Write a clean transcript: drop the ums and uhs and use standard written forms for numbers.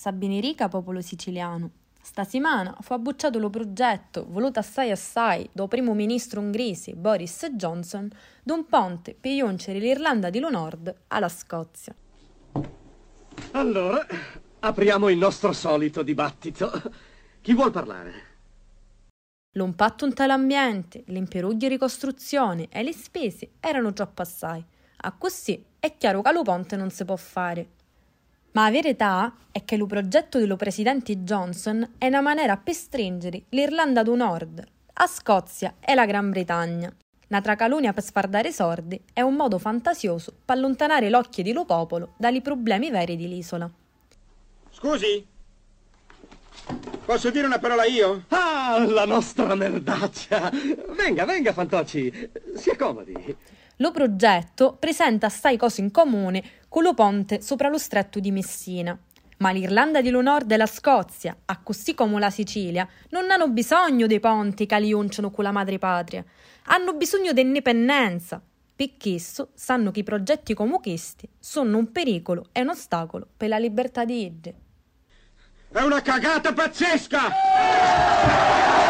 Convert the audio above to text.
Sabinirica popolo siciliano. Stasimana fu abbucciato lo progetto, voluto assai do primo ministro ungherese Boris Johnson, d'un ponte per giuncere l'Irlanda di Nord alla Scozia. Allora, apriamo il nostro solito dibattito. Chi vuol parlare? L'impatto in tale ambiente, l'imperugli di ricostruzione e le spese erano troppo assai. A così è chiaro che lo ponte non si può fare. Ma la verità è che il progetto dello presidente Johnson è una maniera per stringere l'Irlanda do Nord, a Scozia e la Gran Bretagna. Una tracalunia per sfardare i sordi è un modo fantasioso per allontanare l'occhio di lo popolo dai problemi veri dell'isola. Scusi? Posso dire una parola io? Ah, la nostra merdaccia! Venga, Fantocci, si accomodi. Lo progetto presenta assai cose in comune con lo ponte sopra lo stretto di Messina. Ma l'Irlanda di Nord e la Scozia, a così come la Sicilia, non hanno bisogno dei ponti che li unciano con la madrepatria. Hanno bisogno di indipendenza. Perché esso sanno che i progetti come questi sono un pericolo e un ostacolo per la libertà di idee. È una cagata pazzesca!